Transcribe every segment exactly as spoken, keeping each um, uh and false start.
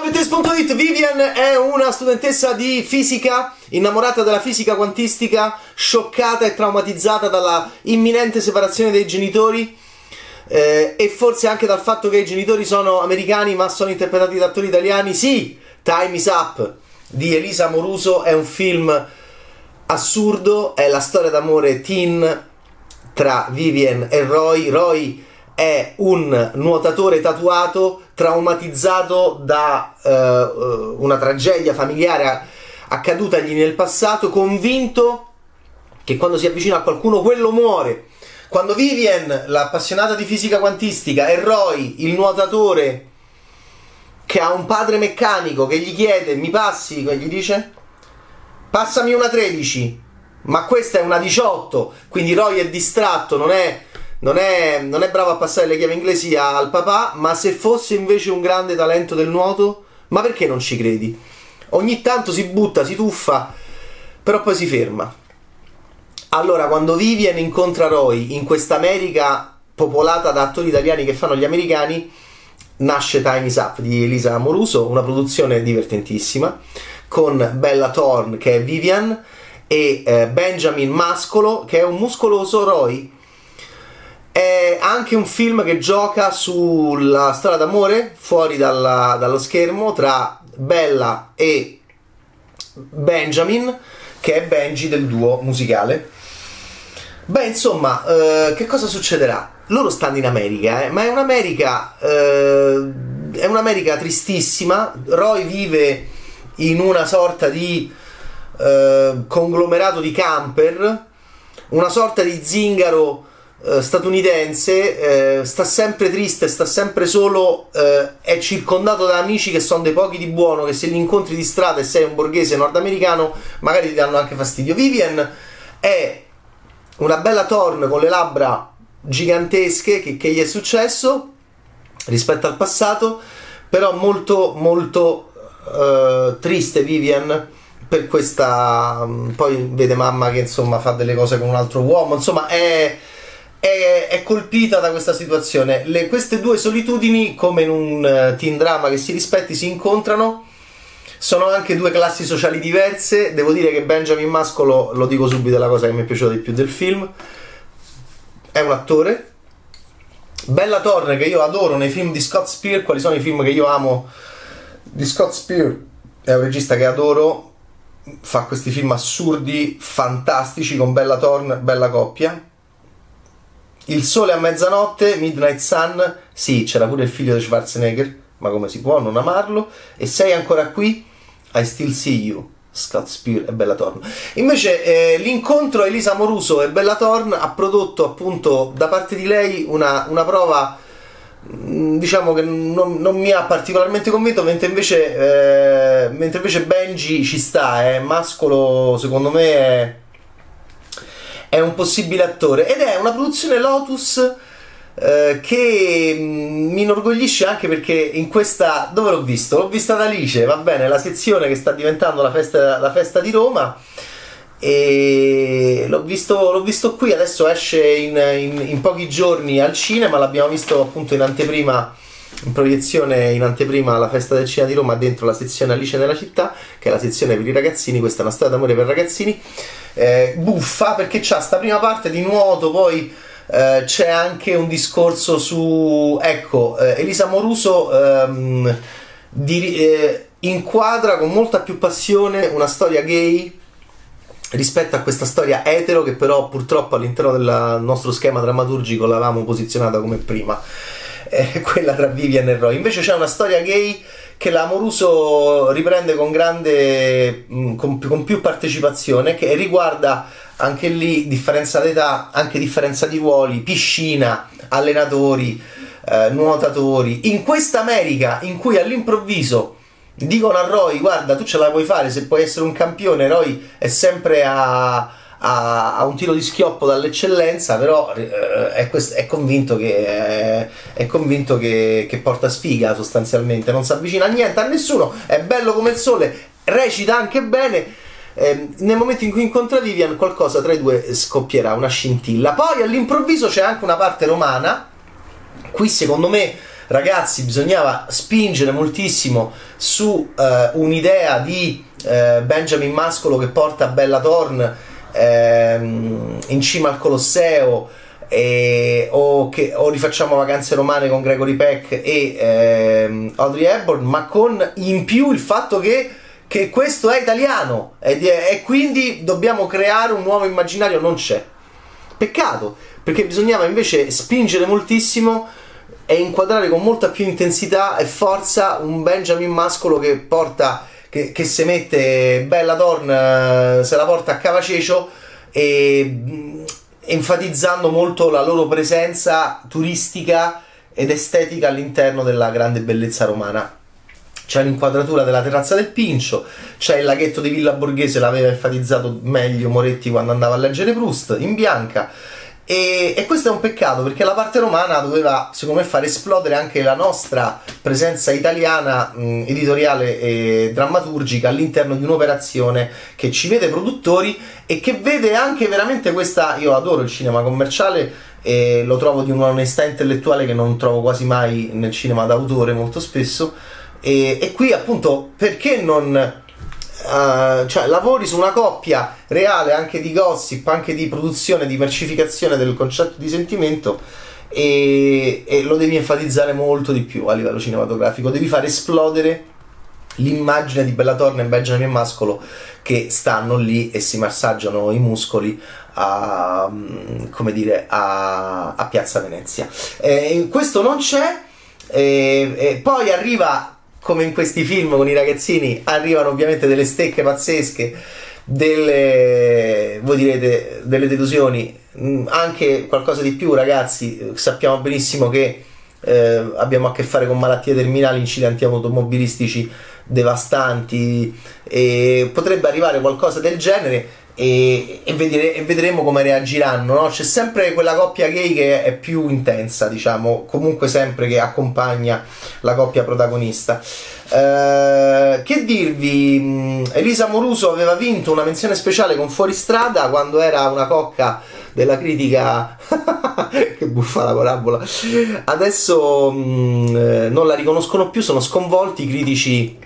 Test punto it. Vivian è una studentessa di fisica, innamorata della fisica quantistica, scioccata e traumatizzata dalla imminente separazione dei genitori eh, e forse anche dal fatto che i genitori sono americani ma sono interpretati da attori italiani. Sì, Time is Up di Elisa Amoruso è un film assurdo, è la storia d'amore teen tra Vivian e Roy. Roy è un nuotatore tatuato traumatizzato da uh, una tragedia familiare accadutagli nel passato, convinto che quando si avvicina a qualcuno quello muore. Quando Vivian, l'appassionata di fisica quantistica, e Roy, il nuotatore che ha un padre meccanico che gli chiede mi passi, che gli dice passami una tredici, ma questa è una diciotto, quindi Roy è distratto, non è Non è, non è bravo a passare le chiavi inglesi al papà, ma se fosse invece un grande talento del nuoto, ma perché non ci credi? Ogni tanto si butta, si tuffa, però poi si ferma. Allora, quando Vivian incontra Roy in questa America popolata da attori italiani che fanno gli americani, nasce Time is Up di Elisa Amoruso, una produzione divertentissima, con Bella Thorne che è Vivian e eh, Benjamin Mascolo che è un muscoloso Roy. È anche un film che gioca sulla storia d'amore fuori dalla, dallo schermo tra Bella e Benjamin, che è Benji del duo musicale. Beh, insomma, eh, che cosa succederà? Loro stanno in America, eh, ma è un'America eh, è un'America tristissima. Roy vive in una sorta di eh, conglomerato di camper, una sorta di zingaro statunitense, eh, sta sempre triste, sta sempre solo, eh, è circondato da amici che sono dei pochi di buono, che se li incontri di strada e sei un borghese nordamericano magari ti danno anche fastidio. Vivian è una Bella Thorne con le labbra gigantesche, che, che gli è successo rispetto al passato, però molto molto eh, triste Vivian per questa, poi vede mamma che insomma fa delle cose con un altro uomo, insomma è È, è colpita da questa situazione. Le, queste due solitudini, come in un uh, teen drama che si rispetti, si incontrano. Sono anche due classi sociali diverse. Devo dire che Benjamin Mascolo, lo dico subito, è la cosa che mi è piaciuta di più del film, è un attore. Bella Thorne, che io adoro nei film di Scott Spear. Quali sono i film che io amo di Scott Spear? È un regista che adoro, fa questi film assurdi, fantastici, con Bella Thorne, bella coppia. Il sole a mezzanotte, Midnight Sun, sì, c'era pure il figlio di Schwarzenegger, ma come si può non amarlo? E sei ancora qui, I Still See You, Scott Spear e Bella Thorne. Invece eh, l'incontro Elisa Amoruso e Bella Thorne ha prodotto appunto da parte di lei una, una prova, diciamo che non, non mi ha particolarmente convinto, mentre invece, eh, mentre invece Benji ci sta, è Mascolo, secondo me è... è un possibile attore, ed è una produzione Lotus eh, che mi inorgoglisce anche perché in questa, dove l'ho visto? L'ho vista ad Alice, va bene, la sezione che sta diventando la festa, la festa di Roma, e l'ho visto, l'ho visto qui. Adesso esce in, in, in pochi giorni al cinema, l'abbiamo visto appunto in anteprima, in proiezione in anteprima alla festa del cinema di Roma, dentro la sezione Alice nella città, che è la sezione per i ragazzini. Questa è una storia d'amore per ragazzini, eh, buffa, perché c'ha sta prima parte di nuoto, poi eh, c'è anche un discorso su, ecco, eh, Elisa Amoruso ehm, di, eh, inquadra con molta più passione una storia gay rispetto a questa storia etero, che però purtroppo all'interno del nostro schema drammaturgico l'avevamo posizionata come prima, eh, quella tra Vivian e Roy. Invece c'è una storia gay che la Amoruso riprende con grande con, con più partecipazione, che riguarda anche lì differenza d'età, anche differenza di ruoli, piscina, allenatori, eh, nuotatori, in questa America in cui all'improvviso dicono a Roy guarda, tu ce la puoi fare, se puoi essere un campione. Roy è sempre a a un tiro di schioppo dall'eccellenza, però eh, è, è convinto che eh, è convinto che, che porta sfiga sostanzialmente, non si avvicina a niente, a nessuno, è bello come il sole, recita anche bene. Eh, nel momento in cui incontra Vivian qualcosa tra i due scoppierà, una scintilla. Poi all'improvviso c'è anche una parte romana. Qui secondo me ragazzi, bisognava spingere moltissimo su eh, un'idea di eh, Benjamin Mascolo che porta Bella Thorne ehm, in cima al Colosseo, e, o, che, o rifacciamo Vacanze Romane con Gregory Peck e ehm, Audrey Hepburn, ma con in più il fatto che che questo è italiano e, e quindi dobbiamo creare un nuovo immaginario. Non c'è. Peccato, perché bisognava invece spingere moltissimo e inquadrare con molta più intensità e forza un Benjamin Mascolo che porta, che, che se mette Bella Thorne, se la porta a cavacecio, e enfatizzando molto la loro presenza turistica ed estetica all'interno della grande bellezza romana. C'è l'inquadratura della terrazza del Pincio, c'è il laghetto di Villa Borghese, l'aveva enfatizzato meglio Moretti quando andava a leggere Proust, in bianca, e, e questo è un peccato, perché la parte romana doveva, secondo me, far esplodere anche la nostra presenza italiana, mh, editoriale e drammaturgica all'interno di un'operazione che ci vede produttori e che vede anche veramente questa... Io adoro il cinema commerciale e lo trovo di un'onestà intellettuale che non trovo quasi mai nel cinema d'autore, molto spesso. E, e qui appunto perché non uh, cioè lavori su una coppia reale, anche di gossip, anche di produzione, di mercificazione del concetto di sentimento, e, e lo devi enfatizzare molto di più a livello cinematografico, devi far esplodere l'immagine di Bella Thorne e Benjamin Mascolo che stanno lì e si massaggiano i muscoli a, come dire, a, a Piazza Venezia. E questo non c'è, e, e poi arriva, come in questi film con i ragazzini, arrivano ovviamente delle stecche pazzesche, delle, voi direte, delle delusioni, anche qualcosa di più, ragazzi. Sappiamo benissimo che eh, abbiamo a che fare con malattie terminali, incidenti automobilistici devastanti, e potrebbe arrivare qualcosa del genere, e, e, vedere, e vedremo come reagiranno, no? C'è sempre quella coppia gay che è più intensa, diciamo, comunque sempre, che accompagna la coppia protagonista. Eh, che dirvi, Elisa Moruso aveva vinto una menzione speciale con Fuoristrada quando era una cocca della critica che buffa la parabola. Adesso mh, non la riconoscono più, sono sconvolti i critici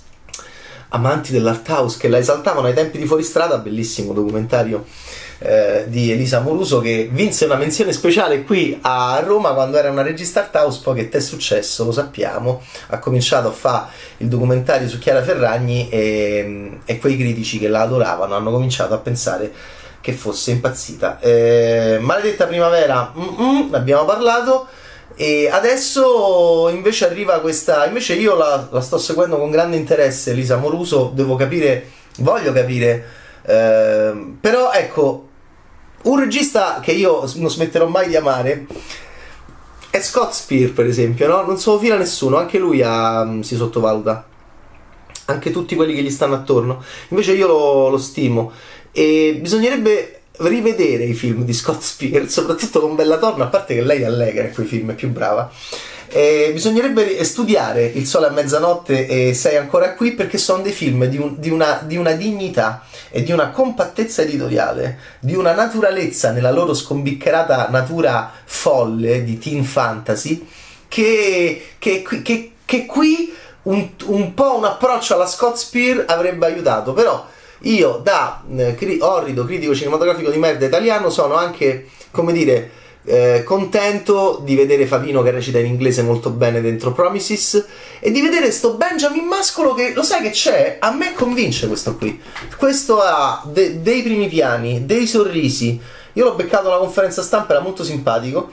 amanti dell'art house che la esaltavano ai tempi di Fuoristrada. Bellissimo documentario eh, di Elisa Moruso, che vinse una menzione speciale qui a Roma quando era una regista art house. Poi che t'è successo lo sappiamo, ha cominciato a fare il documentario su Chiara Ferragni, e, e quei critici che la adoravano hanno cominciato a pensare che fosse impazzita. eh, Maledetta Primavera, mm-mm, ne abbiamo parlato. E adesso invece arriva questa, invece io la, la sto seguendo con grande interesse, Elisa Moruso, devo capire, voglio capire, eh, però ecco, un regista che io non smetterò mai di amare è Scott Spear, per esempio, no? Non se lo fila nessuno, anche lui ha, si sottovaluta, anche tutti quelli che gli stanno attorno, invece io lo, lo stimo, e bisognerebbe rivedere i film di Scott Spear, soprattutto con Bella Thorne, a parte che lei è allegra in quei film, è più brava. E bisognerebbe studiare Il sole a mezzanotte e Sei ancora qui, perché sono dei film di, un, di, una, di una dignità e di una compattezza editoriale, di una naturalezza nella loro scombiccherata natura folle di teen fantasy, che, che, che, che qui un, un po' un approccio alla Scott Spear avrebbe aiutato. Però io, da eh, cri- orrido critico cinematografico di merda italiano, sono anche, come dire, eh, contento di vedere Favino che recita in inglese molto bene dentro Promises, e di vedere sto Benjamin Mascolo che, lo sai che c'è? A me convince questo qui. Questo ha de- dei primi piani, dei sorrisi. Io l'ho beccato alla conferenza stampa, era molto simpatico,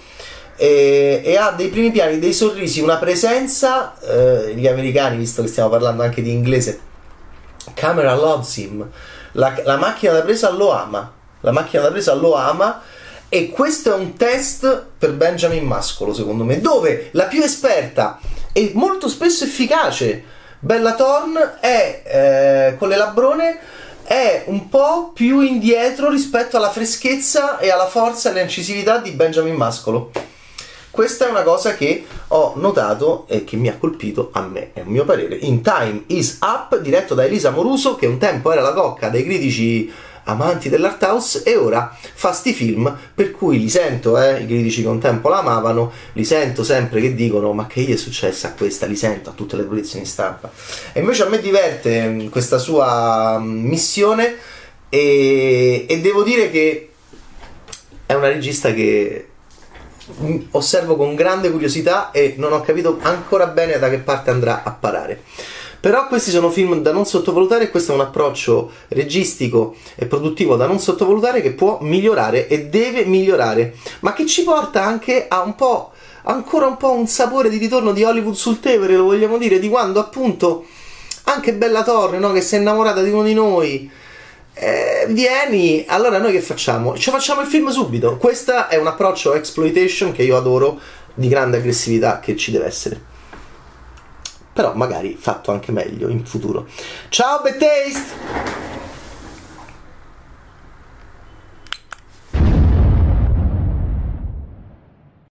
e, e ha dei primi piani, dei sorrisi, una presenza. Eh, gli americani, visto che stiamo parlando anche di inglese, Camera loves him, la, la macchina da presa lo ama, la macchina da presa lo ama, e questo è un test per Benjamin Mascolo, secondo me, dove la più esperta e molto spesso efficace Bella Thorne è, eh, con le labbrone, è un po' più indietro rispetto alla freschezza e alla forza e all'incisività di Benjamin Mascolo. Questa è una cosa che ho notato e che mi ha colpito, a me, è un mio parere, in Time is Up, diretto da Elisa Moruso, che un tempo era la cocca dei critici amanti dell'art house, e ora fa sti film per cui li sento, eh, i critici che un tempo la amavano, li sento sempre che dicono ma che gli è successo a questa, li sento a tutte le produzioni stampa. E invece a me diverte questa sua missione, e, e devo dire che è una regista che osservo con grande curiosità e non ho capito ancora bene da che parte andrà a parare. Però questi sono film da non sottovalutare, e questo è un approccio registico e produttivo da non sottovalutare, che può migliorare e deve migliorare, ma che ci porta anche a un po', ancora un po' un sapore di ritorno di Hollywood sul Tevere, lo vogliamo dire, di quando appunto anche Bella Torre, no, che si è innamorata di uno di noi, eh, vieni, allora noi che facciamo? Ci facciamo il film subito. Questo è un approccio exploitation che io adoro, di grande aggressività, che ci deve essere, però magari fatto anche meglio in futuro. Ciao Bad Taste!